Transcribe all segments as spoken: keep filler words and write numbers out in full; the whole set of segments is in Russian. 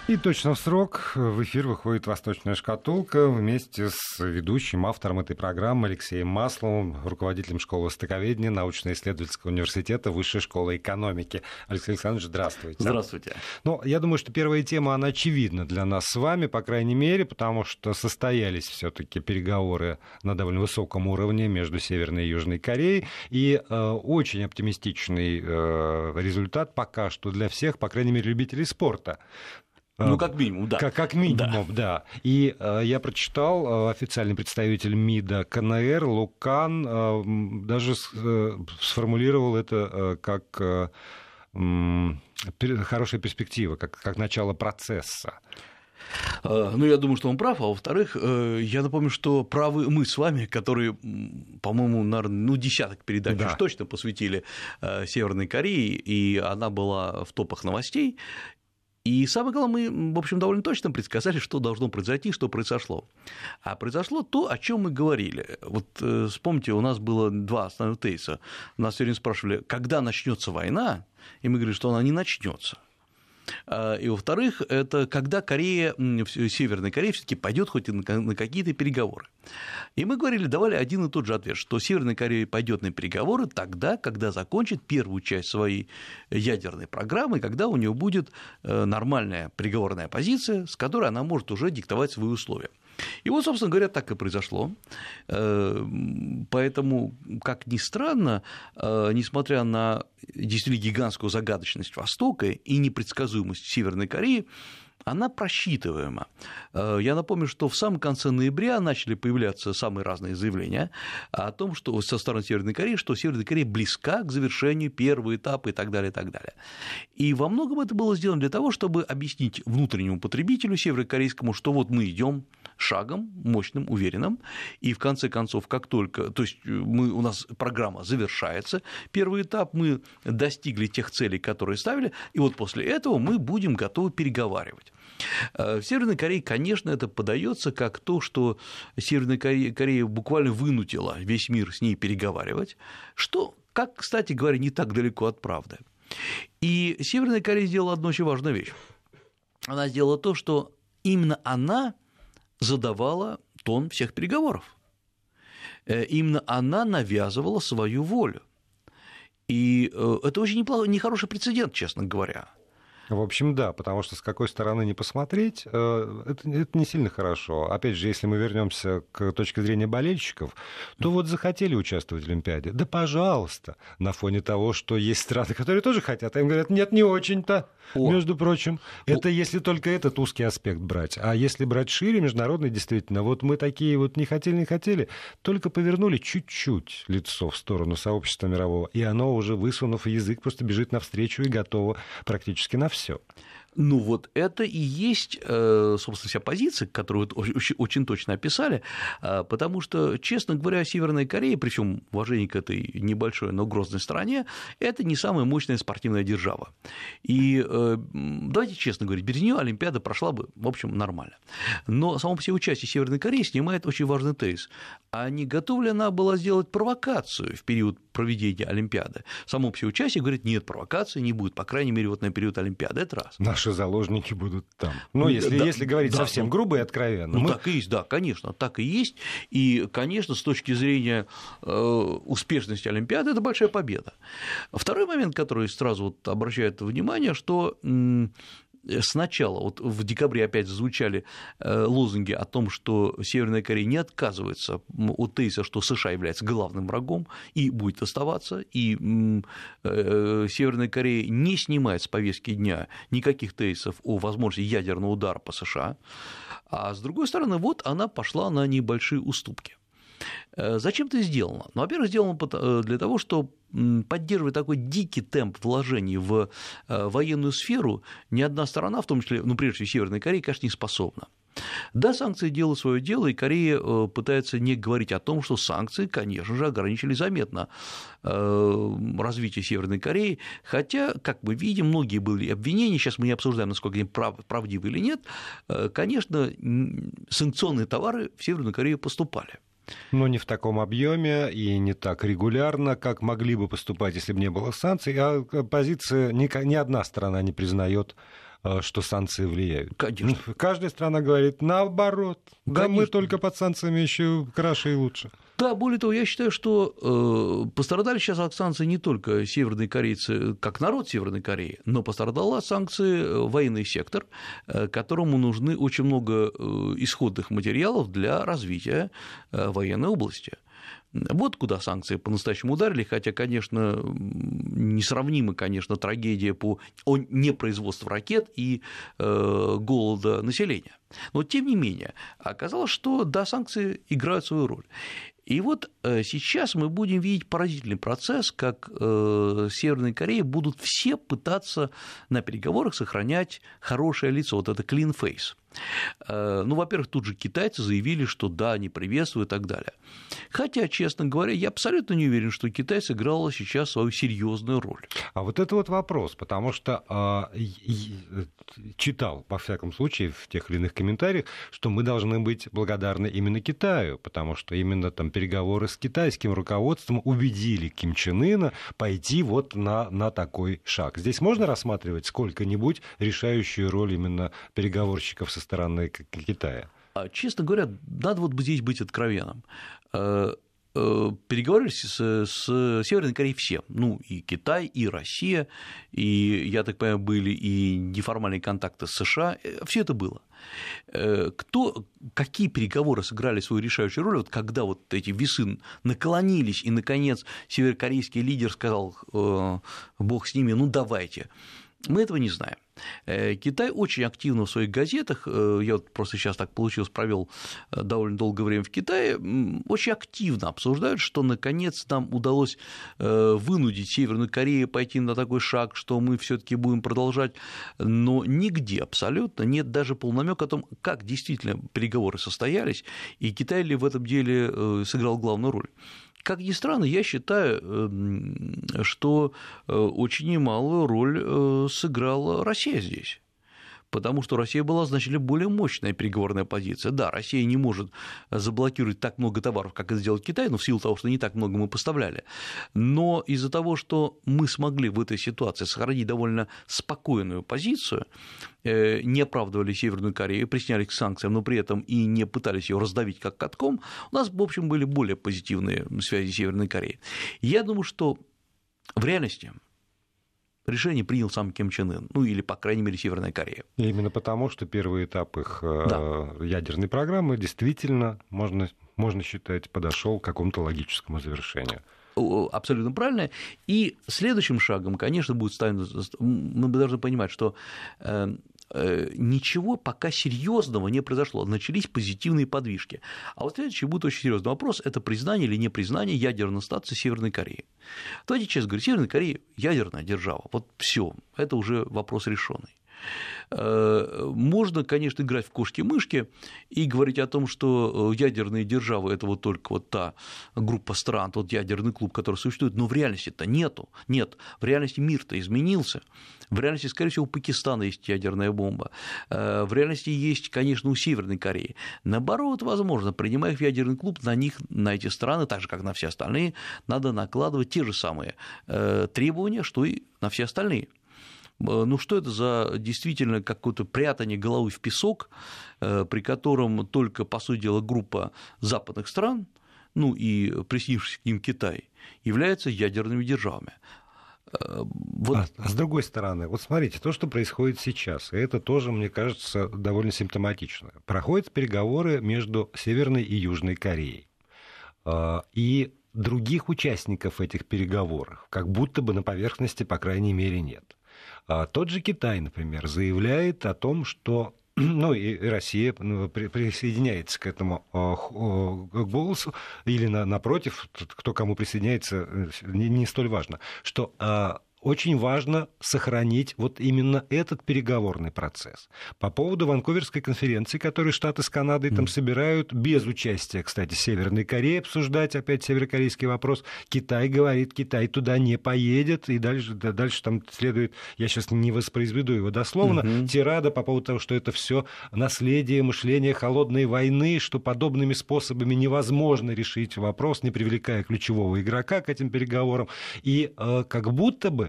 И точно в срок в эфир выходит «Восточная шкатулка» вместе с ведущим, автором этой программы Алексеем Масловым, руководителем школы востоковедения научно-исследовательского университета Высшей школы экономики. Алексей Александрович, здравствуйте. Здравствуйте. Ну, я думаю, что первая тема, она очевидна для нас с вами, по крайней мере, потому что состоялись все-таки переговоры на довольно высоком уровне между Северной и Южной Кореей, и э, очень оптимистичный э, результат пока что для всех, по крайней мере, любителей спорта. Ну, как минимум, да. Как, как минимум, да. да. И э, я прочитал, э, официальный представитель МИДа КНР Лукан э, даже с, э, сформулировал это э, как э, э, хорошая перспектива, как, как начало процесса. Ну, я думаю, что он прав, а во-вторых, я напомню, что правы мы с вами, которые, по-моему, наверное, ну, десяток передач да. уж точно посвятили Северной Корее, и она была в топах новостей. И самое главное, мы, в общем, довольно точно предсказали, что должно произойти, что произошло. А произошло то, о чем мы говорили. Вот вспомните, у нас было два основных тезиса. Нас все время спрашивали, когда начнется война, и мы говорили, что она не начнется. И, во-вторых, это когда Корея, Северная Корея все-таки пойдет хоть на какие-то переговоры. И мы говорили, давали один и тот же ответ, что Северная Корея пойдет на переговоры тогда, когда закончит первую часть своей ядерной программы, когда у нее будет нормальная переговорная позиция, с которой она может уже диктовать свои условия. И вот, собственно говоря, так и произошло. Поэтому, как ни странно, несмотря на действительно гигантскую загадочность Востока и непредсказуемость Северной Кореи, она просчитываема. Я напомню, что в самом конце ноября начали появляться самые разные заявления о том, что со стороны Северной Кореи, что Северная Корея близка к завершению первого этапа и так далее, и так далее. И во многом это было сделано для того, чтобы объяснить внутреннему потребителю северокорейскому, что вот мы идем шагом мощным, уверенным, и в конце концов, как только, то есть мы, у нас программа завершается, первый этап, мы достигли тех целей, которые ставили, и вот после этого мы будем готовы переговаривать. В Северной Корее, конечно, это подается как то, что Северная Корея буквально вынудила весь мир с ней переговаривать, что, как, кстати говоря, не так далеко от правды. И Северная Корея сделала одну очень важную вещь. Она сделала то, что именно она задавала тон всех переговоров. Именно она навязывала свою волю. И это очень неплохой, нехороший прецедент, честно говоря. В общем, да, потому что с какой стороны не посмотреть, это, это не сильно хорошо. Опять же, если мы вернемся к точке зрения болельщиков, то вот захотели участвовать в Олимпиаде, да пожалуйста, на фоне того, что есть страны, которые тоже хотят, а им говорят, нет, не очень-то, О. между прочим. Это О. если только этот узкий аспект брать. А если брать шире, международный, действительно, вот мы такие вот не хотели, не хотели, только повернули чуть-чуть лицо в сторону сообщества мирового, и оно уже, высунув язык, просто бежит навстречу и готово практически на все. Все. Ну вот это и есть, собственно, вся позиция, которую вы очень точно описали, потому что, честно говоря, Северная Корея, при всем уважении к этой небольшой, но грозной стране, это не самая мощная спортивная держава. И давайте честно говорить, без нее Олимпиада прошла бы, в общем, нормально. Но само по себе участие Северной Кореи снимает очень важный тезис. А не готова ли она была сделать провокацию в период проведения Олимпиады? Само по себе участие говорит, нет, провокации не будет, по крайней мере, вот на период Олимпиады, это раз. Наши заложники будут там. Ну, если, да, если говорить да, совсем ну, грубо и откровенно. Ну, мы... так и есть, да, конечно, так и есть. И, конечно, с точки зрения э, успешности Олимпиады, это большая победа. Второй момент, который сразу вот обращает внимание, что м- сначала, вот в декабре опять звучали лозунги о том, что Северная Корея не отказывается от тезиса, что США является главным врагом и будет оставаться, и Северная Корея не снимает с повестки дня никаких тезисов о возможности ядерного удара по США, а с другой стороны, вот она пошла на небольшие уступки. Зачем это сделано? Ну, во-первых, сделано для того, чтобы поддерживать такой дикий темп вложений в военную сферу, ни одна сторона, в том числе, ну, прежде всего, Северная Корея, конечно, не способна. Да, санкции делают свое дело, и Корея пытается не говорить о том, что санкции, конечно же, ограничили заметно развитие Северной Кореи, хотя, как мы видим, многие были обвинения, сейчас мы не обсуждаем, насколько они правдивы или нет, конечно, санкционные товары в Северную Корею поступали. Но не в таком объеме и не так регулярно, как могли бы поступать, если бы не было санкций. А позиция, ни одна сторона не признает что санкции влияют. Конечно. Каждая страна говорит наоборот. Да, Конечно. мы только под санкциями еще краше и лучше. Да, более того, я считаю, что э, пострадали сейчас от санкций не только северные корейцы, как народ Северной Кореи, но пострадал от санкций военный сектор, э, которому нужны очень много э, исходных материалов для развития э, военной области. Вот куда санкции по-настоящему ударили, хотя, конечно, несравнима, конечно, трагедия по непроизводству ракет и э, голода населения. Но, тем не менее, оказалось, что, да, санкции играют свою роль. И вот сейчас мы будем видеть поразительный процесс, как в Северной Корее будут все пытаться на переговорах сохранять хорошее лицо, вот это clean face. Ну, во-первых, тут же китайцы заявили, что да, они приветствуют и так далее. Хотя, честно говоря, я абсолютно не уверен, что Китай сыграл сейчас свою серьезную роль. А вот это вот вопрос, потому что э, читал, во всяком случае, в тех или иных комментариях, что мы должны быть благодарны именно Китаю, потому что именно там переговоры с китайским руководством убедили Ким Чен Ына пойти вот на, на такой шаг. Здесь можно рассматривать сколько-нибудь решающую роль именно переговорщиков со стороны Китая? Честно говоря, надо вот здесь быть откровенным. Переговорили с, с Северной Кореей все, ну, и Китай, и Россия, и, я так понимаю, были и неформальные контакты с США, все это было. Кто, какие переговоры сыграли свою решающую роль, вот когда вот эти весы наклонились, и, наконец, северокорейский лидер сказал, бог с ними, ну, давайте, мы этого не знаем. Китай очень активно в своих газетах, я вот просто сейчас так получилось, провел довольно долгое время в Китае, очень активно обсуждают, что наконец нам удалось вынудить Северную Корею пойти на такой шаг, что мы все-таки будем продолжать, но нигде абсолютно нет даже полунамека о том, как действительно переговоры состоялись, и Китай ли в этом деле сыграл главную роль. Как ни странно, я считаю, что очень немалую роль сыграла Россия здесь. Потому что Россия была значительно более мощная переговорная позиция. Да, Россия не может заблокировать так много товаров, как это сделал Китай, но в силу того, что не так много мы поставляли. Но из-за того, что мы смогли в этой ситуации сохранить довольно спокойную позицию, не оправдывали Северную Корею, присоединялись к санкциям, но при этом и не пытались ее раздавить как катком, у нас, в общем, были более позитивные связи с Северной Кореей. Я думаю, что в реальности решение принял сам Ким Чен Ын, ну или, по крайней мере, Северная Корея. И именно потому, что первый этап их да. ядерной программы действительно, можно, можно считать, подошел к какому-то логическому завершению. Абсолютно правильно. И следующим шагом, конечно, будет ставить... Мы должны понимать, что ничего пока серьезного не произошло, начались позитивные подвижки. А вот следующий будет очень серьезный вопрос – это признание или непризнание ядерной статуса Северной Кореи. Давайте честно говоря, Северная Корея – ядерная держава, вот все, это уже вопрос решенный. Можно, конечно, играть в кошки-мышки и говорить о том, что ядерные державы – это вот только вот та группа стран, тот ядерный клуб, который существует, но в реальности-то нету, нет, в реальности мир-то изменился, в реальности, скорее всего, у Пакистана есть ядерная бомба, в реальности есть, конечно, у Северной Кореи. Наоборот, возможно, принимая их в ядерный клуб, на них, на эти страны, так же, как на все остальные, надо накладывать те же самые требования, что и на все остальные. Ну, что это за действительно какое-то прятание головы в песок, при котором только, по сути дела, группа западных стран, ну и присоединившийся к ним Китай, являются ядерными державами. Вот. А, а с другой стороны, вот смотрите, то, что происходит сейчас, и это тоже, мне кажется, довольно симптоматично. Проходят переговоры между Северной и Южной Кореей. И других участников этих переговоров как будто бы на поверхности, по крайней мере, нет. Тот же Китай, например, заявляет о том, что, ну и Россия присоединяется к этому голосу, или напротив, кто кому присоединяется, не столь важно, что очень важно сохранить вот именно этот переговорный процесс. По поводу Ванкуверской конференции, которую Штаты с Канадой там собирают, без участия, кстати, Северной Кореи, обсуждать опять северокорейский вопрос, Китай говорит, Китай туда не поедет, и дальше, дальше там следует, я сейчас не воспроизведу его дословно, угу. тирада по поводу того, что это все наследие мышления холодной войны, что подобными способами невозможно решить вопрос, не привлекая ключевого игрока к этим переговорам, и э, как будто бы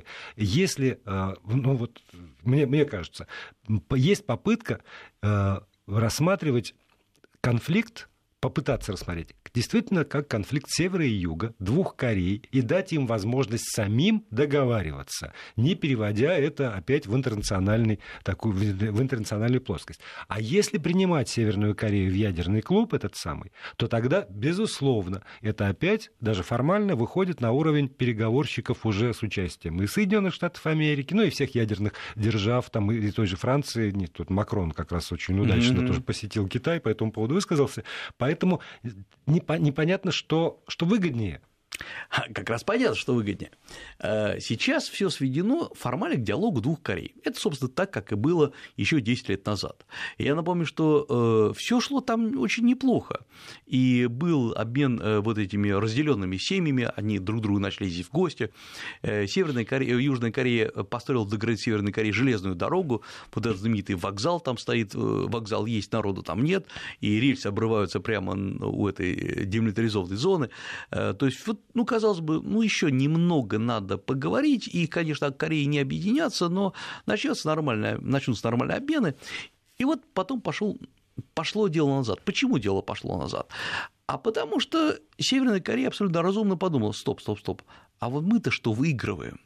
Если, ну вот, мне, мне кажется, есть попытка рассматривать конфликт, попытаться рассмотреть, действительно, как конфликт севера и юга, двух Корей, и дать им возможность самим договариваться, не переводя это опять в, интернациональный, такую, в интернациональную плоскость. А если принимать Северную Корею в ядерный клуб, этот самый, то тогда, безусловно, это опять, даже формально, выходит на уровень переговорщиков уже с участием и Соединенных Штатов Америки, ну и всех ядерных держав, там, и той же Франции. Нет, тут Макрон как раз очень удачно mm-hmm. тоже посетил Китай, по этому поводу высказался. Поэтому непонятно, что, что выгоднее. Как раз понятно, что выгоднее. Сейчас все сведено формально к диалогу двух Корей. Это, собственно, так, как и было еще десять лет назад. Я напомню, что все шло там очень неплохо. И был обмен вот этими разделенными семьями, они друг другу начали ездить в гости. Северная Корея, Южная Корея построила до границы Северной Кореи железную дорогу, вот этот знаменитый вокзал там стоит, вокзал есть, народу там нет, и рельсы обрываются прямо у этой демилитаризованной зоны. То есть, вот, ну, казалось бы, ну, еще немного надо поговорить, и, конечно, Кореи не объединятся, но начнутся нормальные, начнутся нормальные обмены. И вот потом пошел, пошло дело назад. Почему дело пошло назад? А потому что Северная Корея абсолютно разумно подумала: стоп, стоп, стоп, а вот мы-то что выигрываем?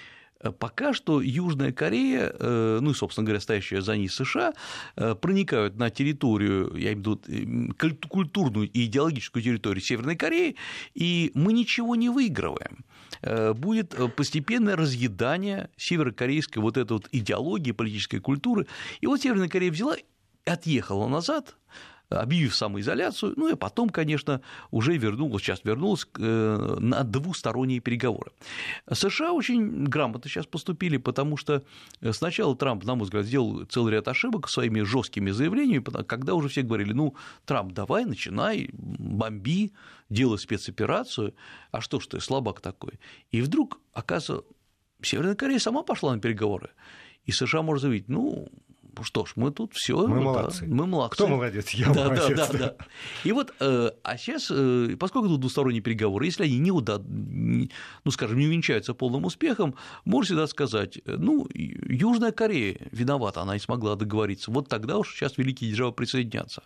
Пока что Южная Корея, ну и, собственно говоря, стоящая за ней США, проникают на территорию, я имею в виду культурную и идеологическую территорию Северной Кореи, и мы ничего не выигрываем. Будет постепенное разъедание северокорейской вот этой вот идеологии, политической культуры. И вот Северная Корея взяла и отъехала назад, объявив самоизоляцию, ну и потом, конечно, уже вернулась, сейчас вернулась на двусторонние переговоры. США очень грамотно сейчас поступили, потому что сначала Трамп, на мой взгляд, сделал целый ряд ошибок своими жесткими заявлениями, когда уже все говорили: ну, Трамп, давай, начинай, бомби, делай спецоперацию, а что ж ты, слабак такой. И вдруг, оказывается, Северная Корея сама пошла на переговоры, и США может заявить: ну, что ж, мы тут все, мы, да, молодцы. мы молодцы. Кто молодец? Я да, молодец. Да, да, да. И вот, а сейчас, поскольку тут двусторонние переговоры, если они не, уда... ну, скажем, не увенчаются полным успехом, можно всегда сказать: ну, Южная Корея виновата, она не смогла договориться, вот тогда уж сейчас великие державы присоединятся.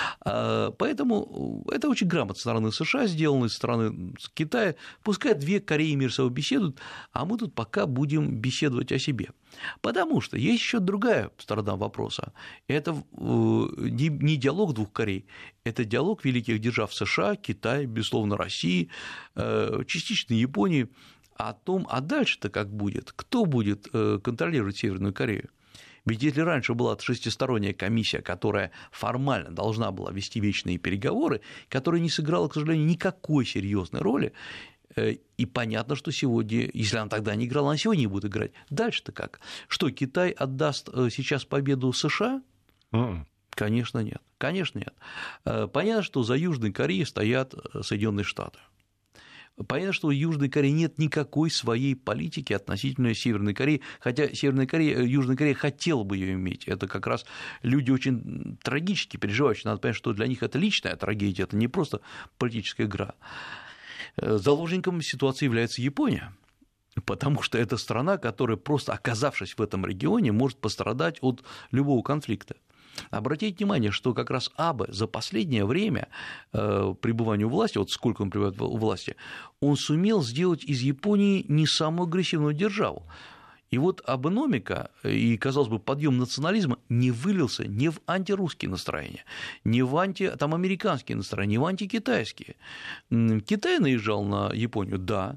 Поэтому это очень грамотно со стороны США сделано, со стороны Китая. Пускай две Кореи между собой беседуют, а мы тут пока будем беседовать о себе. Потому что есть еще другая сторона вопроса. Это не диалог двух Корей, это диалог великих держав США, Китая, безусловно, России, частично Японии о том, а дальше-то как будет, кто будет контролировать Северную Корею. Ведь если раньше была шестисторонняя комиссия, которая формально должна была вести вечные переговоры, которая не сыграла, к сожалению, никакой серьезной роли, и понятно, что сегодня, если она тогда не играла, она сегодня не будет играть. Дальше-то как? Что, Китай отдаст сейчас победу США? Mm. Конечно, нет. Конечно, нет. Понятно, что за Южной Кореей стоят Соединенные Штаты. Понятно, что у Южной Кореи нет никакой своей политики относительно Северной Кореи, хотя Северная Корея, Южная Корея хотела бы ее иметь. Это как раз люди очень трагически переживающие. Надо понять, что для них это личная трагедия, это не просто политическая игра. Заложником ситуации является Япония, потому что это страна, которая, просто оказавшись в этом регионе, может пострадать от любого конфликта. Обратите внимание, что как раз Абе за последнее время пребывания у власти, вот сколько он пребывает у власти, он сумел сделать из Японии не самую агрессивную державу. И вот абономика и, казалось бы, подъем национализма не вылился ни в антирусские настроения, ни в антиамериканские настроения, ни в антикитайские. Китай наезжал на Японию, да.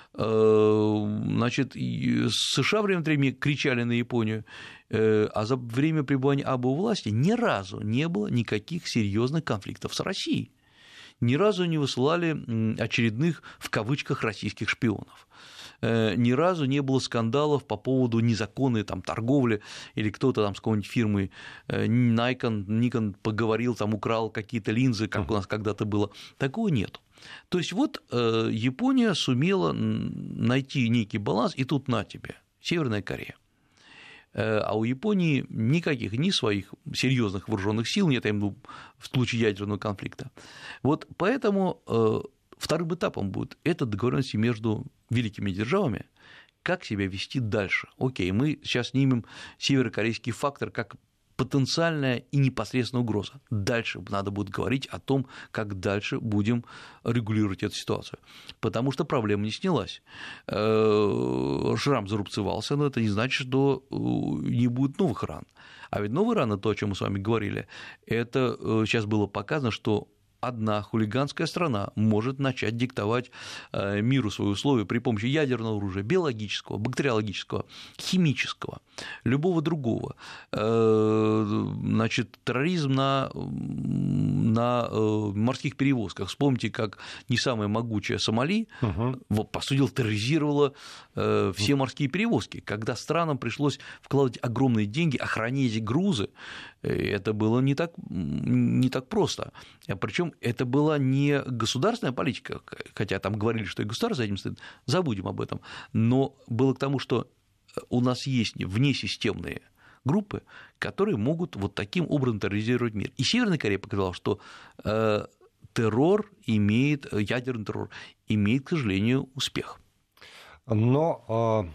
Значит, США время от времени кричали на Японию, а за время пребывания Абе у власти ни разу не было никаких серьезных конфликтов с Россией. Ни разу не высылали очередных, в кавычках, российских шпионов. Ни разу не было скандалов по поводу незаконной там торговли, или кто-то там с какой-нибудь фирмой Nikon, Nikon поговорил, там украл какие-то линзы, как у нас когда-то было. Такого нет. То есть вот Япония сумела найти некий баланс, и тут на тебе, Северная Корея. А у Японии никаких ни своих серьезных вооруженных сил нет, я имею в виду в случае ядерного конфликта. Вот поэтому вторым этапом будет это договоренности между великими державами, как себя вести дальше. Окей, мы сейчас снимем северокорейский фактор как потенциальная и непосредственная угроза. Дальше надо будет говорить о том, как дальше будем регулировать эту ситуацию. Потому что проблема не снялась. Шрам зарубцевался, но это не значит, что не будет новых ран. А ведь новые раны, то, о чем мы с вами говорили, это сейчас было показано, что одна хулиганская страна может начать диктовать миру свои условия при помощи ядерного оружия, биологического, бактериологического, химического, любого другого. Значит, терроризм на, на морских перевозках. Вспомните, как не самая могучая Сомали, угу. по сути дела, терроризировала все морские перевозки, когда странам пришлось вкладывать огромные деньги, охранять грузы. Это было не так, не так просто. Причем это была не государственная политика, хотя там говорили, что и государство за этим стоит, забудем об этом, но было к тому, что у нас есть внесистемные группы, которые могут вот таким образом терроризировать мир. И Северная Корея показала, что террор имеет, ядерный террор имеет, к сожалению, успех. Но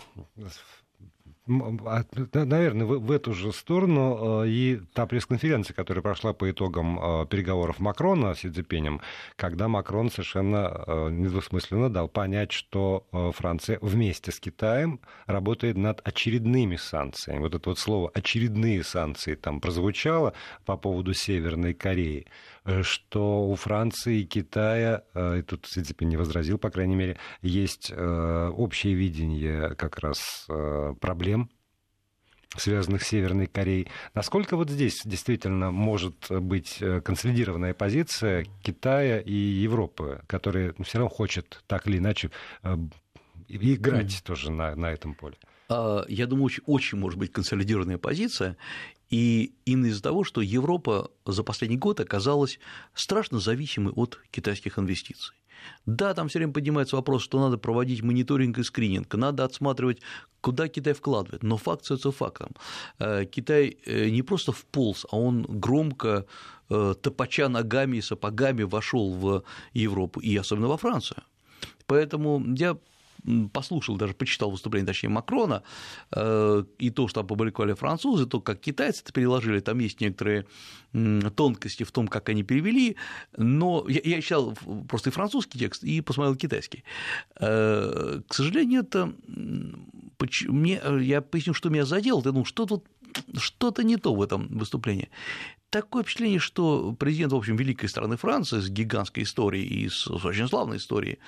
наверное, в эту же сторону и та пресс-конференция, которая прошла по итогам переговоров Макрона с Си Цзиньпинем, когда Макрон совершенно недвусмысленно дал понять, что Франция вместе с Китаем работает над очередными санкциями. Вот это вот слово «очередные санкции» там прозвучало по поводу Северной Кореи, что у Франции и Китая, и тут Си Цзиньпин не возразил, по крайней мере, есть общее видение как раз проблем, связанных с Северной Кореей. Насколько вот здесь действительно может быть консолидированная позиция Китая и Европы, которая все равно хочет так или иначе играть mm. тоже на, на этом поле? Я думаю, очень, очень может быть консолидированная позиция, и именно из-за того, что Европа за последний год оказалась страшно зависимой от китайских инвестиций. Да, там все время поднимается вопрос, что надо проводить мониторинг и скрининг, надо отсматривать, куда Китай вкладывает, но факт остается фактом. Китай не просто вполз, а он громко, топача ногами и сапогами вошел в Европу, и особенно во Францию. Поэтому я послушал, даже почитал выступление, точнее, Макрона, и то, что опубликовали французы, то, как китайцы это переложили, там есть некоторые тонкости в том, как они перевели, но я, я читал просто и французский текст, и посмотрел китайский. К сожалению, это мне, я поясню, что меня задело, я думал, что тут что-то не то в этом выступлении. Такое впечатление, что президент, в общем, великой страны Франции с гигантской историей и с очень славной историей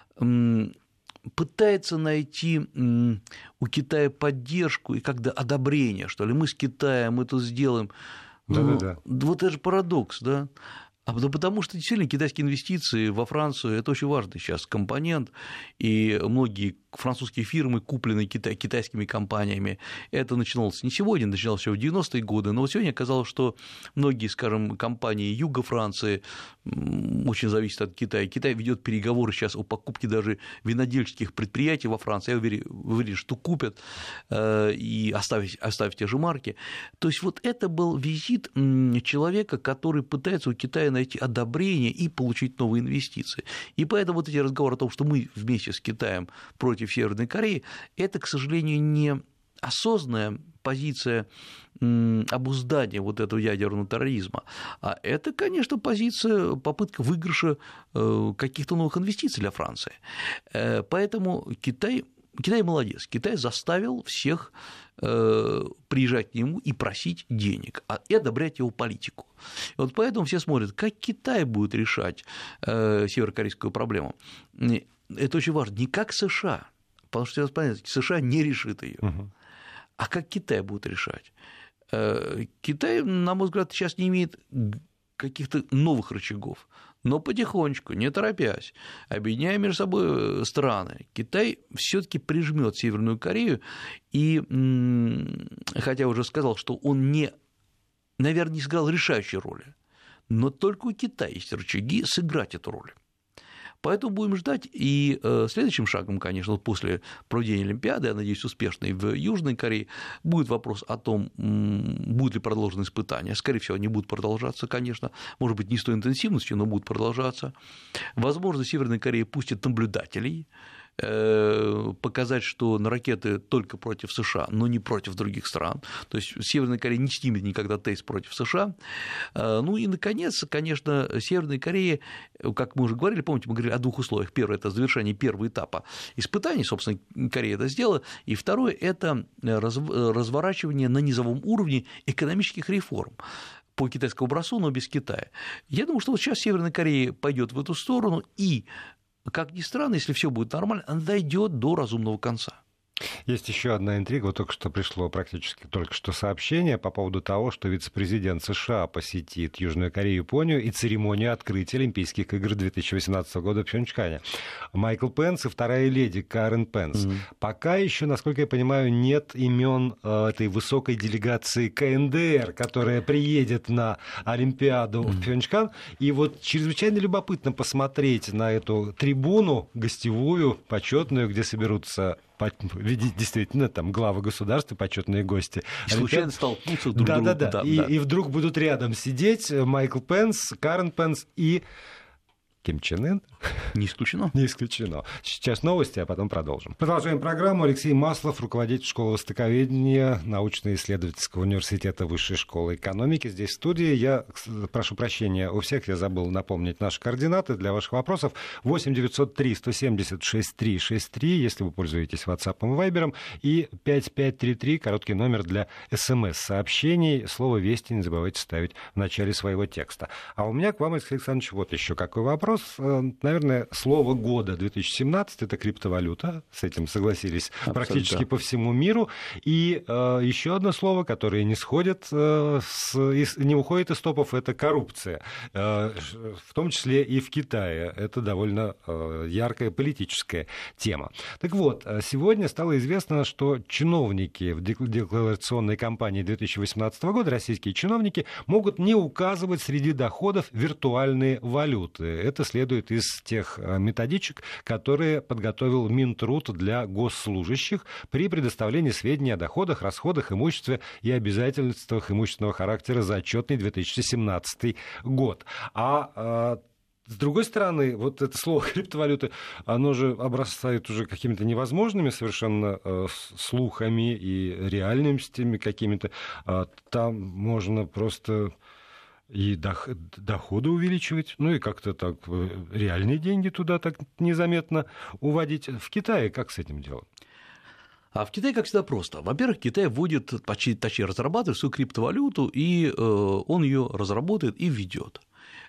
пытается найти у Китая поддержку и как-то одобрение, что ли, мы с Китаем мы это сделаем. Да-да-да. Ну, вот это же парадокс, да? А потому что действительно китайские инвестиции во Францию – это очень важный сейчас компонент, и многие французские фирмы, купленные китай, китайскими компаниями, это начиналось не сегодня, начиналось еще в девяностые годы, но вот сегодня оказалось, что многие, скажем, компании юга Франции очень зависят от Китая. Китай ведет переговоры сейчас о покупке даже винодельческих предприятий во Франции. Я уверен, уверен что купят и оставить, оставить те же марки. То есть вот это был визит человека, который пытается у Китая найти одобрение и получить новые инвестиции. И поэтому вот эти разговоры о том, что мы вместе с Китаем против Северной Кореи, это, к сожалению, не осознанная позиция обуздания вот этого ядерного терроризма, а это, конечно, позиция, попытка выигрыша каких-то новых инвестиций для Франции. Поэтому Китай, Китай молодец, Китай заставил всех приезжать к нему и просить денег, и одобрять его политику. И вот поэтому все смотрят, как Китай будет решать северокорейскую проблему. Это очень важно, не как США, потому что понятно, США не решит ее, угу. а как Китай будет решать. Китай, на мой взгляд, сейчас не имеет каких-то новых рычагов, но потихонечку, не торопясь, объединяя между собой страны, Китай все-таки прижмет Северную Корею, и хотя уже сказал, что он не, наверное, не сыграл решающей роли, но только у Китая есть рычаги сыграть эту роль. Поэтому будем ждать, и следующим шагом, конечно, после проведения Олимпиады, я надеюсь, успешной в Южной Корее, будет вопрос о том, будут ли продолжены испытания. Скорее всего, они будут продолжаться, конечно, может быть, не с той интенсивностью, но будут продолжаться. Возможно, Северная Корея пустит наблюдателей, показать, что на ракеты только против США, но не против других стран. То есть Северная Корея не снимет никогда тест против США. Ну и, наконец, конечно, Северная Корея, как мы уже говорили, помните, мы говорили о двух условиях. Первое – это завершение первого этапа испытаний, собственно, Корея это сделала. И второе – это разворачивание на низовом уровне экономических реформ по китайскому образцу, но без Китая. Я думаю, что вот сейчас Северная Корея пойдет в эту сторону, и, как ни странно, если все будет нормально, она дойдет до разумного конца. Есть еще одна интрига. Вот только что пришло практически только что сообщение по поводу того, что вице-президент США посетит Южную Корею и Японию и церемонию открытия Олимпийских игр две тысячи восемнадцатого года в Пхёнчхане. Майкл Пенс и вторая леди Карен Пенс. Mm-hmm. Пока еще, насколько я понимаю, нет имен этой высокой делегации ка эн дэ эр, которая приедет на Олимпиаду mm-hmm. в Пхёнчхан. И вот чрезвычайно любопытно посмотреть на эту трибуну гостевую, почетную, где соберутся действительно там главы государства, почетные гости. И случайно столкнутся друг с другом. Да, да, да. И, и вдруг будут рядом сидеть Майкл Пенс, Карен Пенс и Ким Чен Ын. Не исключено. Не исключено. Сейчас новости, а потом продолжим. Продолжаем программу. Алексей Маслов, руководитель школы востоковедения научно-исследовательского университета Высшей школы экономики. Здесь в студии. Я прошу прощения у всех, я забыл напомнить наши координаты для ваших вопросов. восемь девятьсот три сто семьдесят шесть триста шестьдесят три, если вы пользуетесь WhatsApp и Viber, и пять пять три три, короткий номер для смс-сообщений. Слово «Вести» не забывайте ставить в начале своего текста. А у меня к вам, Алексей Александрович, вот еще какой вопрос. Наверное, слово года две тысячи семнадцатый — это криптовалюта. С этим согласились абсолютно практически по всему миру. И э, еще одно слово, которое не сходит, э, с, не уходит из топов, это коррупция. Э, в том числе и в Китае. Это довольно э, яркая политическая тема. Так вот, сегодня стало известно, что чиновники в декларационной кампании две тысячи восемнадцатого года, российские чиновники, могут не указывать среди доходов виртуальные валюты. Это следует из тех методичек, которые подготовил Минтруд для госслужащих при предоставлении сведений о доходах, расходах, имуществе и обязательствах имущественного характера за отчетный две тысячи семнадцатый год. А с другой стороны, вот это слово криптовалюты, оно же обрастает уже какими-то невозможными совершенно слухами и реальностями какими-то. Там можно просто и доходы увеличивать, ну и как-то так реальные деньги туда так незаметно уводить. В Китае как с этим делом? А в Китае, как всегда, просто. Во-первых, Китай вводит, точнее, разрабатывает свою криптовалюту, и он ее разработает и введет.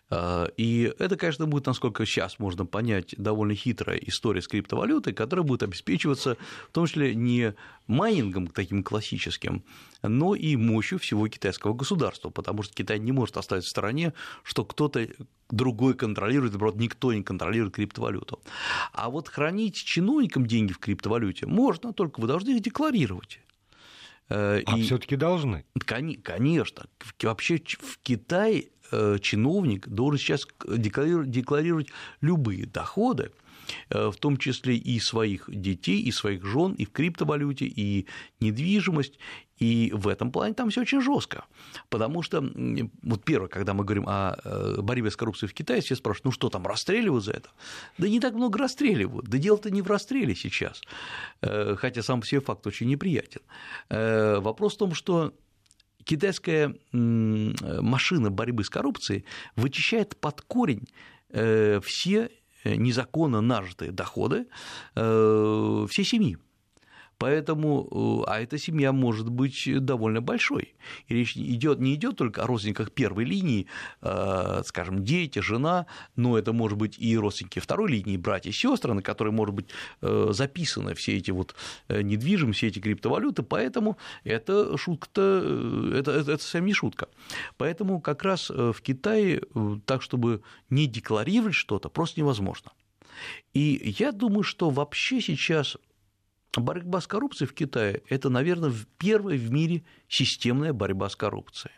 И это, конечно, будет, насколько сейчас можно понять, довольно хитрая история с криптовалютой, которая будет обеспечиваться в том числе не майнингом таким классическим, но и мощью всего китайского государства, потому что Китай не может оставить в стороне, что кто-то другой контролирует, наоборот, никто не контролирует криптовалюту. А вот хранить чиновникам деньги в криптовалюте можно, только вы должны их декларировать. А и... все-таки должны? Конечно. Вообще в Китае чиновник должен сейчас декларировать любые доходы, в том числе и своих детей, и своих жен, и в криптовалюте, и недвижимость. И в этом плане там все очень жестко. Потому что, вот первое, когда мы говорим о борьбе с коррупцией в Китае, все спрашивают, ну что там, расстреливают за это? Да не так много расстреливают. Да дело-то не в расстреле сейчас. Хотя сам по себе факт очень неприятен. Вопрос в том, что китайская машина борьбы с коррупцией вычищает под корень все незаконно нажитые доходы всей семьи. Поэтому, а эта семья может быть довольно большой. И речь идет, не идет только о родственниках первой линии, скажем, дети, жена, но это может быть и родственники второй линии, братья и сестры, на которые, может быть, записаны все эти вот недвижимости, все эти криптовалюты, поэтому это шутка-то, это, это, это совсем не шутка. Поэтому как раз в Китае так, чтобы не декларировать что-то, просто невозможно. И я думаю, что вообще сейчас борьба с коррупцией в Китае – это, наверное, первая в мире системная борьба с коррупцией.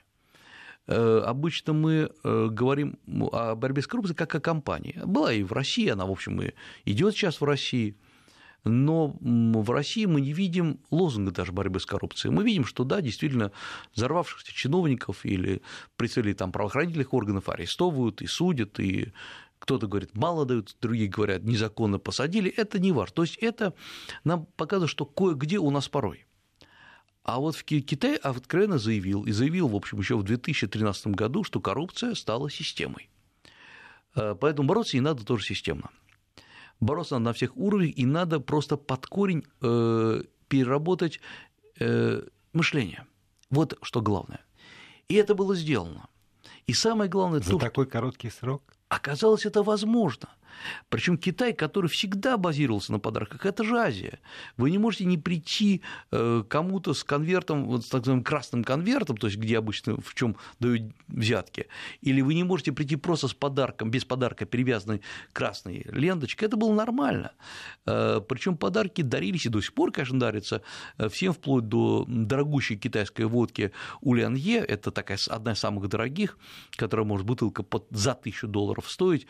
Обычно мы говорим о борьбе с коррупцией как о кампании. Была и в России, она, в общем, и идет сейчас в России, но в России мы не видим лозунга даже борьбы с коррупцией. Мы видим, что, да, действительно, взорвавшихся чиновников или представителей там правоохранительных органов арестовывают и судят, и Кто-то говорит, мало дают, другие говорят, незаконно посадили. Это не важно. То есть это нам показывает, что кое-где у нас порой. А вот в Китай откровенно заявил, и заявил, в общем, еще в две тысячи тринадцатом году, что коррупция стала системой. Поэтому бороться не надо тоже системно. Бороться надо на всех уровнях, и надо просто под корень переработать мышление. Вот что главное. И это было сделано. И самое главное... За то, такой короткий срок? Оказалось, это возможно. Причем Китай, который всегда базировался на подарках, это же Азия. Вы не можете не прийти кому-то с конвертом, вот с так называемым красным конвертом, то есть где обычно в чем дают взятки, или вы не можете прийти просто с подарком, без подарка, перевязанной красной ленточкой. Это было нормально. Причем подарки дарились и до сих пор, конечно, дарятся всем, вплоть до дорогущей китайской водки Улянье. Это такая одна из самых дорогих, которая может бутылка под, за тысячу долларов стоить,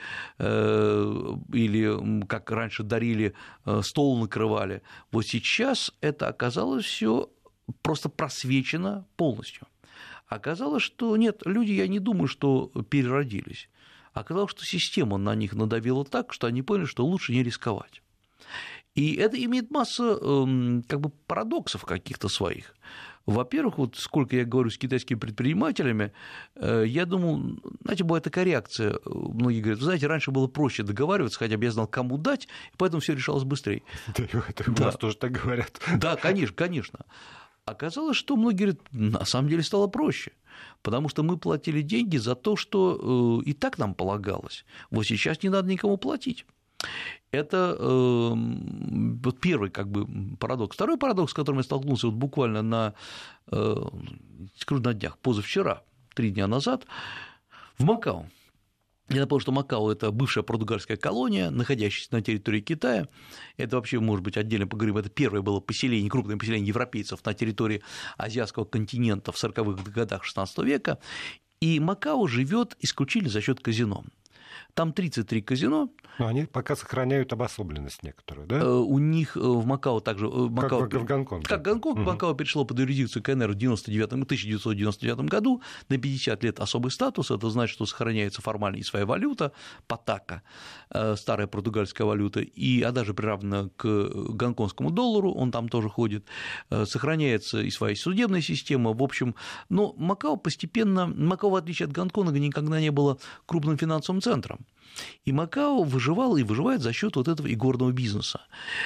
или как раньше дарили, стол накрывали. Вот сейчас это оказалось все просто просвечено полностью. Оказалось, что нет, люди, я не думаю, что переродились. Оказалось, что система на них надавила так, что они поняли, что лучше не рисковать. И это имеет массу как бы парадоксов каких-то своих. Во-первых, вот сколько я говорю с китайскими предпринимателями, я думаю, знаете, бывает такая реакция. Многие говорят, вы знаете, раньше было проще договариваться, хотя бы я знал, кому дать, и поэтому все решалось быстрее. Да, это у нас тоже так говорят. Да, конечно, конечно. Оказалось, что многие говорят, на самом деле стало проще, потому что мы платили деньги за то, что и так нам полагалось. Вот сейчас не надо никому платить. Это э, вот первый как бы парадокс. Второй парадокс, с которым я столкнулся вот буквально на, э, скажу, на днях, позавчера, три дня назад, в Макао. Я напомню, что Макао – это бывшая португальская колония, находящаяся на территории Китая. Это вообще, может быть, отдельно поговорим, это первое было поселение, крупное поселение европейцев на территории азиатского континента в сороковых годах шестнадцатого века. И Макао живет исключительно за счет казино. Там тридцать три казино. Но они пока сохраняют обособленность некоторую, да? У них в Макао также... Макао, как в Гонконге. Как Гонконг, угу. Макао перешло под юрисдикцию КНР в тысяча девятьсот девяносто девятом году, на пятьдесят лет особый статус, это значит, что сохраняется формально и своя валюта, патака, старая португальская валюта, и, а даже приравнена к гонконгскому доллару, он там тоже ходит, сохраняется и своя судебная система, в общем, но Макао постепенно, Макао, в отличие от Гонконга, никогда не было крупным финансовым центром. И Макао выживал и выживает за счет вот этого игорного бизнеса.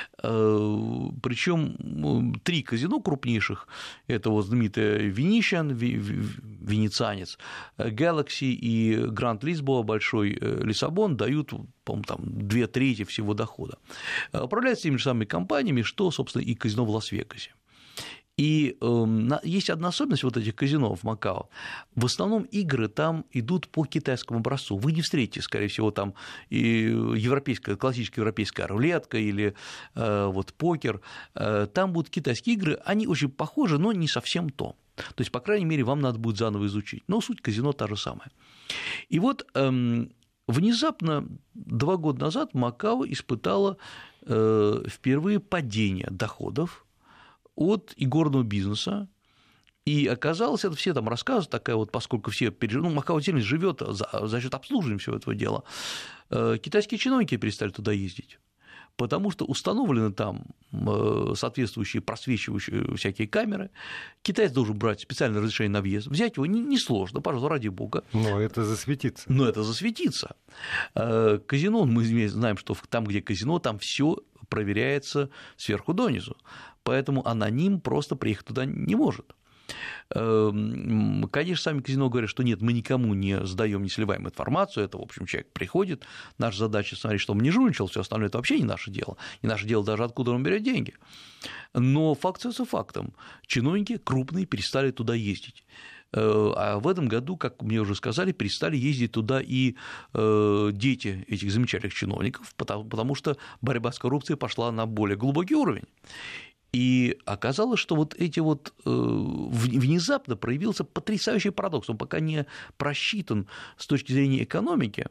Причем три казино крупнейших, это вот знаменитое Venetian, венецианец, Galaxy и Grand Lisboa, Большой Лиссабон, дают, по-моему, там две трети всего дохода. Управляют теми же самыми компаниями, что, собственно, и казино в Лас-Вегасе. И э, есть одна особенность вот этих казино в Макао. В основном игры там идут по китайскому образцу. Вы не встретите, скорее всего, там и европейская, классическая европейская рулетка или э, вот покер. Э, там будут китайские игры, они очень похожи, но не совсем то. То есть, по крайней мере, вам надо будет заново изучить. Но суть казино та же самая. И вот э, внезапно, два года назад, Макао испытала э, впервые падение доходов от игорного бизнеса, и оказалось, это все там рассказывают, такая вот, поскольку все переживают, ну, Макао отдельно живет за, за счет обслуживания всего этого дела, китайские чиновники перестали туда ездить, потому что установлены там соответствующие просвечивающие всякие камеры, китаец должен брать специальное разрешение на въезд, взять его несложно, пожалуйста, ради бога. Но это засветится. Но это засветится. Казино, мы знаем, что там, где казино, там все проверяется сверху донизу, поэтому аноним просто приехать туда не может. Конечно, сами казино говорят, что нет, мы никому не сдаем, не сливаем информацию, это, в общем, человек приходит, наша задача смотреть, чтобы он не жульничал, все остальное это вообще не наше дело, не наше дело даже откуда он берет деньги. Но факт остается фактом, чиновники крупные перестали туда ездить. А в этом году, как мне уже сказали, перестали ездить туда и дети этих замечательных чиновников, потому что борьба с коррупцией пошла на более глубокий уровень. И оказалось, что вот эти вот внезапно проявился потрясающий парадокс, он пока не просчитан с точки зрения экономики,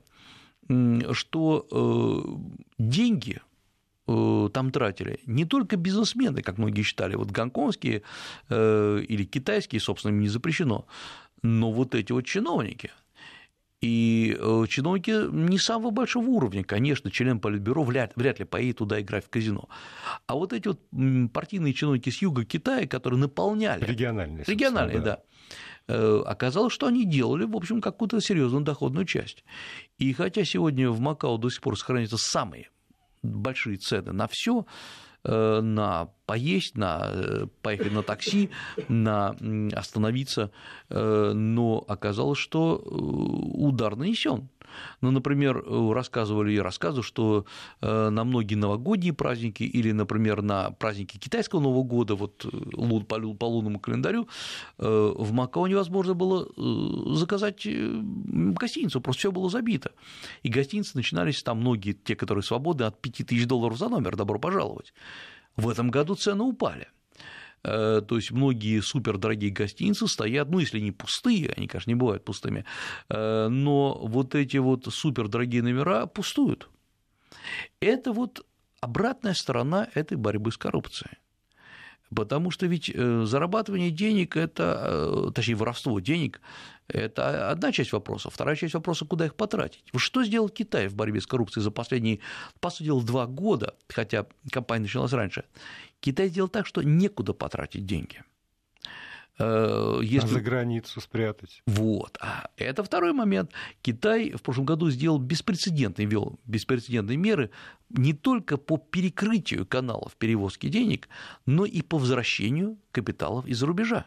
что деньги там тратили не только бизнесмены, как многие считали, вот гонконгские или китайские, собственно, им не запрещено, но вот эти вот чиновники. И чиновники не самого большого уровня, конечно, член Политбюро вряд, вряд ли поедет туда играть в казино. А вот эти вот партийные чиновники с юга Китая, которые наполняли... Региональные. Региональные, да. да. Оказалось, что они делали, в общем, какую-то серьезную доходную часть. И хотя сегодня в Макао до сих пор сохраняются самые большие цены на все, на поесть, на поехать на такси, на остановиться, но оказалось, что удар нанесен. Ну, например, рассказывали и рассказывают, что на многие новогодние праздники или, например, на праздники китайского Нового года, вот по лунному календарю, в Макао невозможно было заказать гостиницу, просто все было забито. И гостиницы начинались там многие, те, которые свободны, от пяти тысяч долларов за номер, добро пожаловать. В этом году цены упали. То есть многие супердорогие гостиницы стоят, ну, если не пустые, они, конечно, не бывают пустыми, но вот эти вот супердорогие номера пустуют. Это вот обратная сторона этой борьбы с коррупцией. Потому что ведь зарабатывание денег – это, точнее, воровство денег – это одна часть вопроса, вторая часть вопроса – куда их потратить. Вот что сделал Китай в борьбе с коррупцией за последние, по сути дела, два года, хотя кампания началась раньше? Китай сделал так, что некуда потратить деньги. Если... А за границу спрятать. Вот. А это второй момент. Китай в прошлом году сделал беспрецедентные, ввел беспрецедентные меры не только по перекрытию каналов перевозки денег, но и по возвращению капиталов из-за рубежа.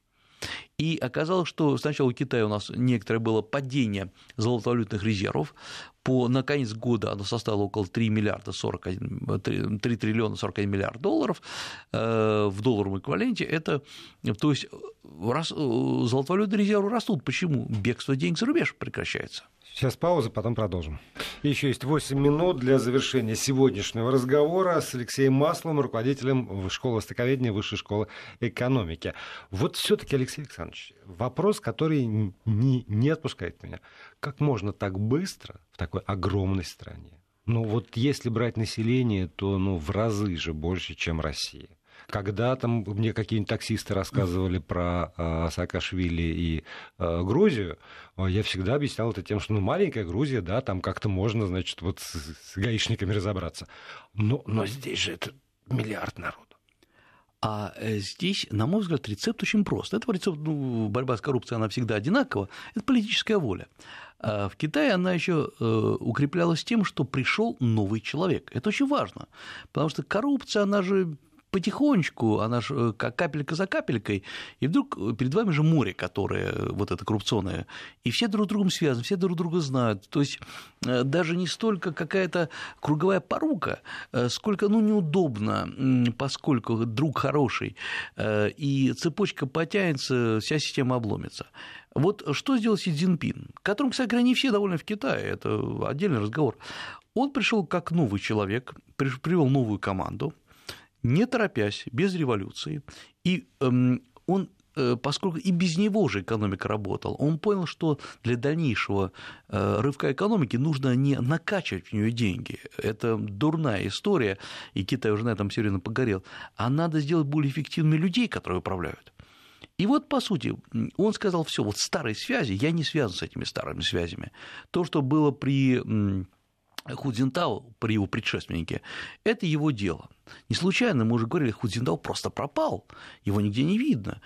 И оказалось, что сначала у Китая у нас некоторое было падение золотовалютных резервов. По, на конец года оно составило около три миллиарда сорок один, три триллиона сорок один миллиард долларов э, в долларовом эквиваленте. Это, то есть раз, золотовалютные резервы растут. Почему? Бегство денег за рубеж прекращается. Сейчас пауза, потом продолжим. Еще есть восемь минут для завершения сегодняшнего разговора с Алексеем Масловым, руководителем школы востоковедения Высшей школы экономики. Вот все-таки, Алексей Александрович, вопрос, который не, не отпускает меня. Как можно так быстро в такой огромной стране? Ну вот если брать население, то ну, в разы же больше, чем Россия. Когда там мне какие-нибудь таксисты рассказывали про э, Саакашвили и э, Грузию, э, я всегда объяснял это тем, что ну, маленькая Грузия, да, там как-то можно, значит, вот с, с гаишниками разобраться. Но, но здесь же это миллиард народу. А здесь, на мой взгляд, рецепт очень прост. Это рецепт, ну, борьба с коррупцией, она всегда одинакова. Это политическая воля. А в Китае она еще укреплялась тем, что пришел новый человек. Это очень важно, потому что коррупция, она же потихонечку, она же как капелька за капелькой, и вдруг перед вами же море, которое вот это коррупционное, и все друг с другом связаны, все друг друга знают, то есть даже не столько какая-то круговая порука, сколько, ну, неудобно, поскольку друг хороший, и цепочка потянется, вся система обломится. Вот что сделал Си Цзиньпин, которым, кстати говоря, не все довольны в Китае, это отдельный разговор. Он пришел как новый человек, привел новую команду, не торопясь, без революции, и эм, он, э, поскольку и без него же экономика работала, он понял, что для дальнейшего э, рывка экономики нужно не накачивать в нее деньги, это дурная история, и Китай уже на этом серьезно погорел, а надо сделать более эффективными людей, которые управляют. И вот, по сути, он сказал: все, вот старые связи, я не связан с этими старыми связями. То, что было при Ху Цзиньтао, при его предшественнике, это его дело. Не случайно, мы уже говорили, Ху Цзиньтао просто пропал, его нигде не видно.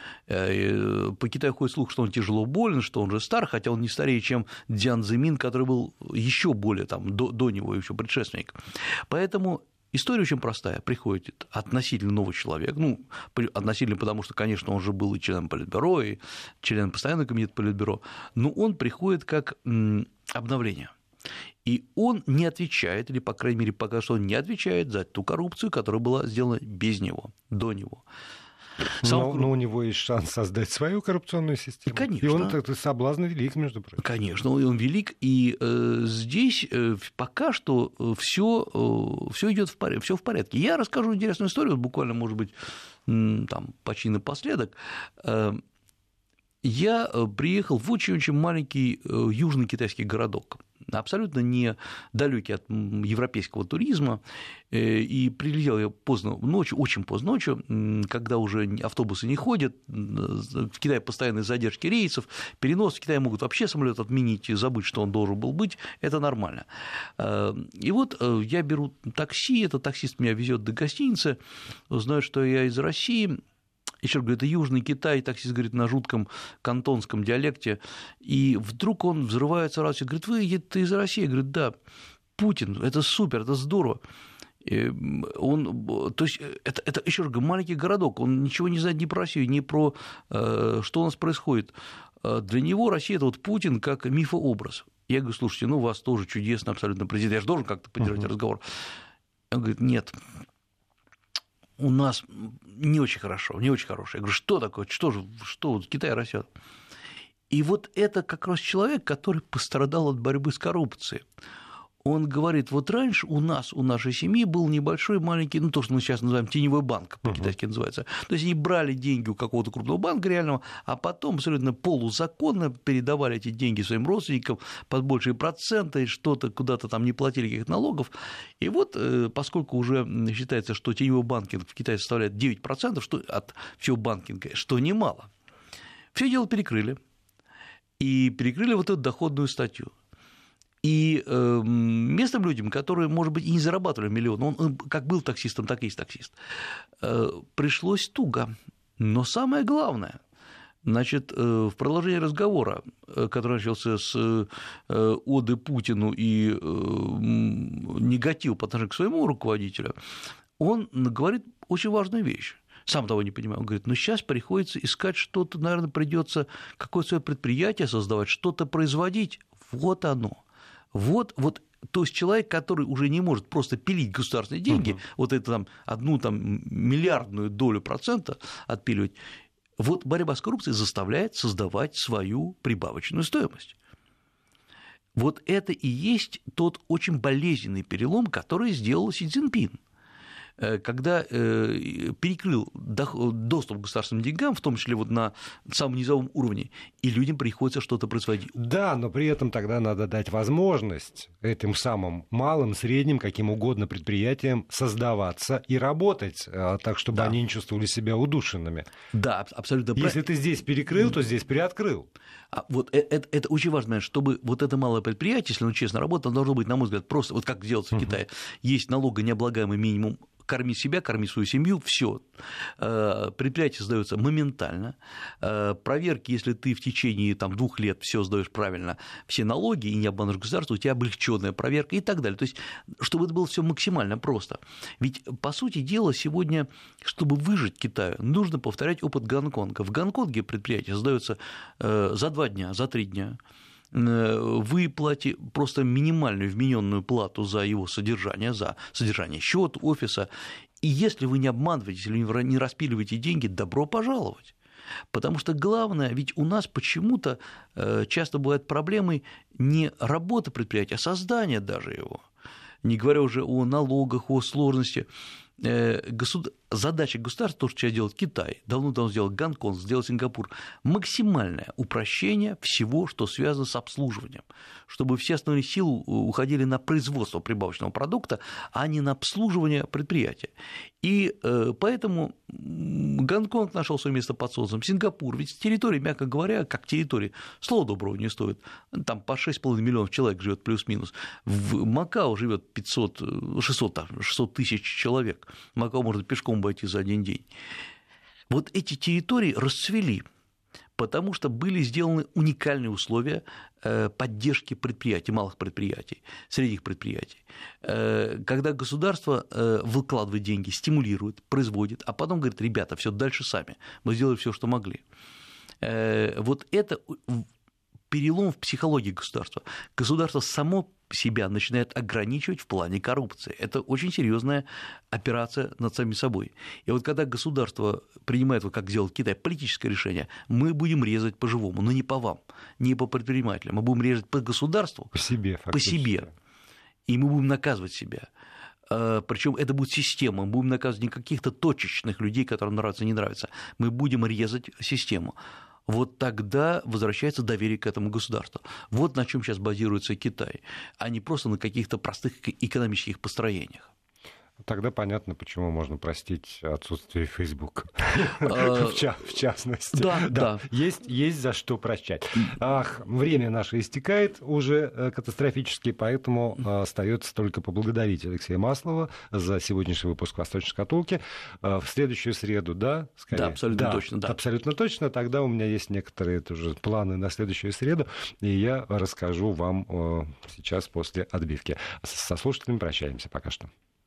По Китаю ходит слух, что он тяжело болен, что он же стар, хотя он не старее, чем Дзян Цзимин, который был еще более там, до, до него, еще предшественник. Поэтому история очень простая. Приходит относительно новый человек, ну, относительно, потому что, конечно, он же был и членом Политбюро, и членом постоянного комитета Политбюро, но он приходит как обновление. И он не отвечает, или, по крайней мере, пока что он не отвечает за ту коррупцию, которая была сделана без него, до него. Сам... Но, но у него есть шанс создать свою коррупционную систему. Конечно. И он, это соблазн велик, между прочим. Конечно, он велик, и э, здесь э, пока что все, э, все идет в порядке, все в порядке. Я расскажу интересную историю, буквально, может быть, там, почти напоследок. Э, я приехал в очень-очень маленький южный китайский городок. абсолютно не далекий от европейского туризма. И прилетел я поздно ночью, очень поздно ночью, когда уже автобусы не ходят, в Китае постоянные задержки рейсов, перенос, в Китае могут вообще самолет отменить и забыть, что он должен был быть, это нормально. И вот я беру такси, этот таксист меня везет до гостиницы, узнает, что я из России. Еще говорю, это Южный Китай, таксист говорит на жутком кантонском диалекте, и вдруг он взрывается радостью, говорит, вы ты из России? Я говорю, да, Путин, это супер, это здорово. Он, то есть, это, это еще раз говорю, маленький городок, он ничего не знает ни про Россию, ни про что у нас происходит. Для него Россия – это вот Путин как мифообраз. Я говорю, слушайте, ну у вас тоже чудесно абсолютно президент, я же должен как-то поддержать uh-huh. разговор. Он говорит, нет. У нас не очень хорошо, не очень хорошо. Я говорю, что такое, что же, что Китай растет? И вот это как раз человек, который пострадал от борьбы с коррупцией. Он говорит, вот раньше у нас, у нашей семьи был небольшой, маленький, ну, то, что мы сейчас называем теневой банк, по-китайски называется. То есть они брали деньги у какого-то крупного банка реального, а потом абсолютно полузаконно передавали эти деньги своим родственникам под большие проценты, что-то куда-то там не платили каких-то налогов. И вот, поскольку уже считается, что теневой банкинг в Китае составляет девять процентов что от всего банкинга, что немало, все дело перекрыли. И перекрыли вот эту доходную статью. И э, местным людям, которые, может быть, и не зарабатывали миллион, он, он как был таксистом, так и есть таксист, э, пришлось туго. Но самое главное, значит, э, в продолжении разговора, э, который начался с э, оды Путину и э, негатив по отношению к своему руководителю, он говорит очень важную вещь. Сам того не понимаю. Он говорит, ну сейчас приходится искать что-то, наверное, придется какое-то свое предприятие создавать, что-то производить. Вот оно. Вот, вот, то есть человек, который уже не может просто пилить государственные деньги, uh-huh. вот это там одну там, миллиардную долю процента отпиливать, вот борьба с коррупцией заставляет создавать свою прибавочную стоимость. Вот это и есть тот очень болезненный перелом, который сделал Си Цзиньпин, когда перекрыл доступ к государственным деньгам, в том числе вот на самом низовом уровне, и людям приходится что-то производить. Да, но при этом тогда надо дать возможность этим самым малым, средним, каким угодно предприятиям создаваться и работать, так, чтобы да. они не чувствовали себя удушенными. Да, абсолютно правильно. Если ты здесь перекрыл, то здесь приоткрыл. А вот это, это очень важно, чтобы вот это малое предприятие, если оно честно работает, оно должно быть, на мой взгляд, просто, вот как делается в Китае, есть налогонеоблагаемый минимум, корми себя, корми свою семью, все. Предприятие сдается моментально. Проверки, если ты в течение там, двух лет все сдаешь правильно, все налоги и не обманываешь государство, у тебя облегченная проверка и так далее. То есть, чтобы это было все максимально просто. Ведь, по сути дела, сегодня, чтобы выжить Китаю, нужно повторять опыт Гонконга. В Гонконге предприятие сдается за два дня, за три дня. Вы платите просто минимальную вмененную плату за его содержание, за содержание счета, офиса, и если вы не обманываетесь или не распиливаете деньги, добро пожаловать. Потому что главное, ведь у нас почему-то часто бывают проблемы не работы предприятия, а создания даже его, не говоря уже о налогах, о сложности. Государ... Задача государства, то, что сейчас делает Китай, давно-давно сделал Гонконг, сделал Сингапур, максимальное упрощение всего, что связано с обслуживанием, чтобы все основные силы уходили на производство прибавочного продукта, а не на обслуживание предприятия. И поэтому Гонконг нашел свое место под солнцем, Сингапур, ведь территория, мягко говоря, как территория, слова доброго не стоит, там по шесть с половиной миллионов человек живет плюс-минус, в Макао живет пятьсот, шестьсот, шестьсот тысяч человек, Макао можно пешком обойти за один день. Вот эти территории расцвели, потому что были сделаны уникальные условия поддержки предприятий, малых предприятий, средних предприятий. Когда государство выкладывает деньги, стимулирует, производит, а потом говорит, ребята, все дальше сами, мы сделали все, что могли. Вот это перелом в психологии государства. Государство само себя начинает ограничивать в плане коррупции. Это очень серьезная операция над самим собой. И вот когда государство принимает, вот как сделал Китай, политическое решение, мы будем резать по-живому, но не по вам, не по предпринимателям, мы будем резать по государству, по себе, по себе, и мы будем наказывать себя. Причем это будет система, мы будем наказывать не каких-то точечных людей, которым нравится, не нравится, мы будем резать систему. вот тогда возвращается доверие к этому государству. Вот на чем сейчас базируется Китай, а не просто на каких-то простых экономических построениях. Тогда понятно, почему можно простить отсутствие Фейсбука, в частности. Да, да. Есть, есть за что прощать. Ах, время наше истекает уже катастрофически, поэтому остается только поблагодарить Алексея Маслова за сегодняшний выпуск «Восточной шкатулки». В следующую среду, да? Скорее? Да, абсолютно да, точно. Да. Абсолютно точно. Тогда у меня есть некоторые тоже планы на следующую среду, и я расскажу вам сейчас после отбивки. Со слушателями прощаемся пока что.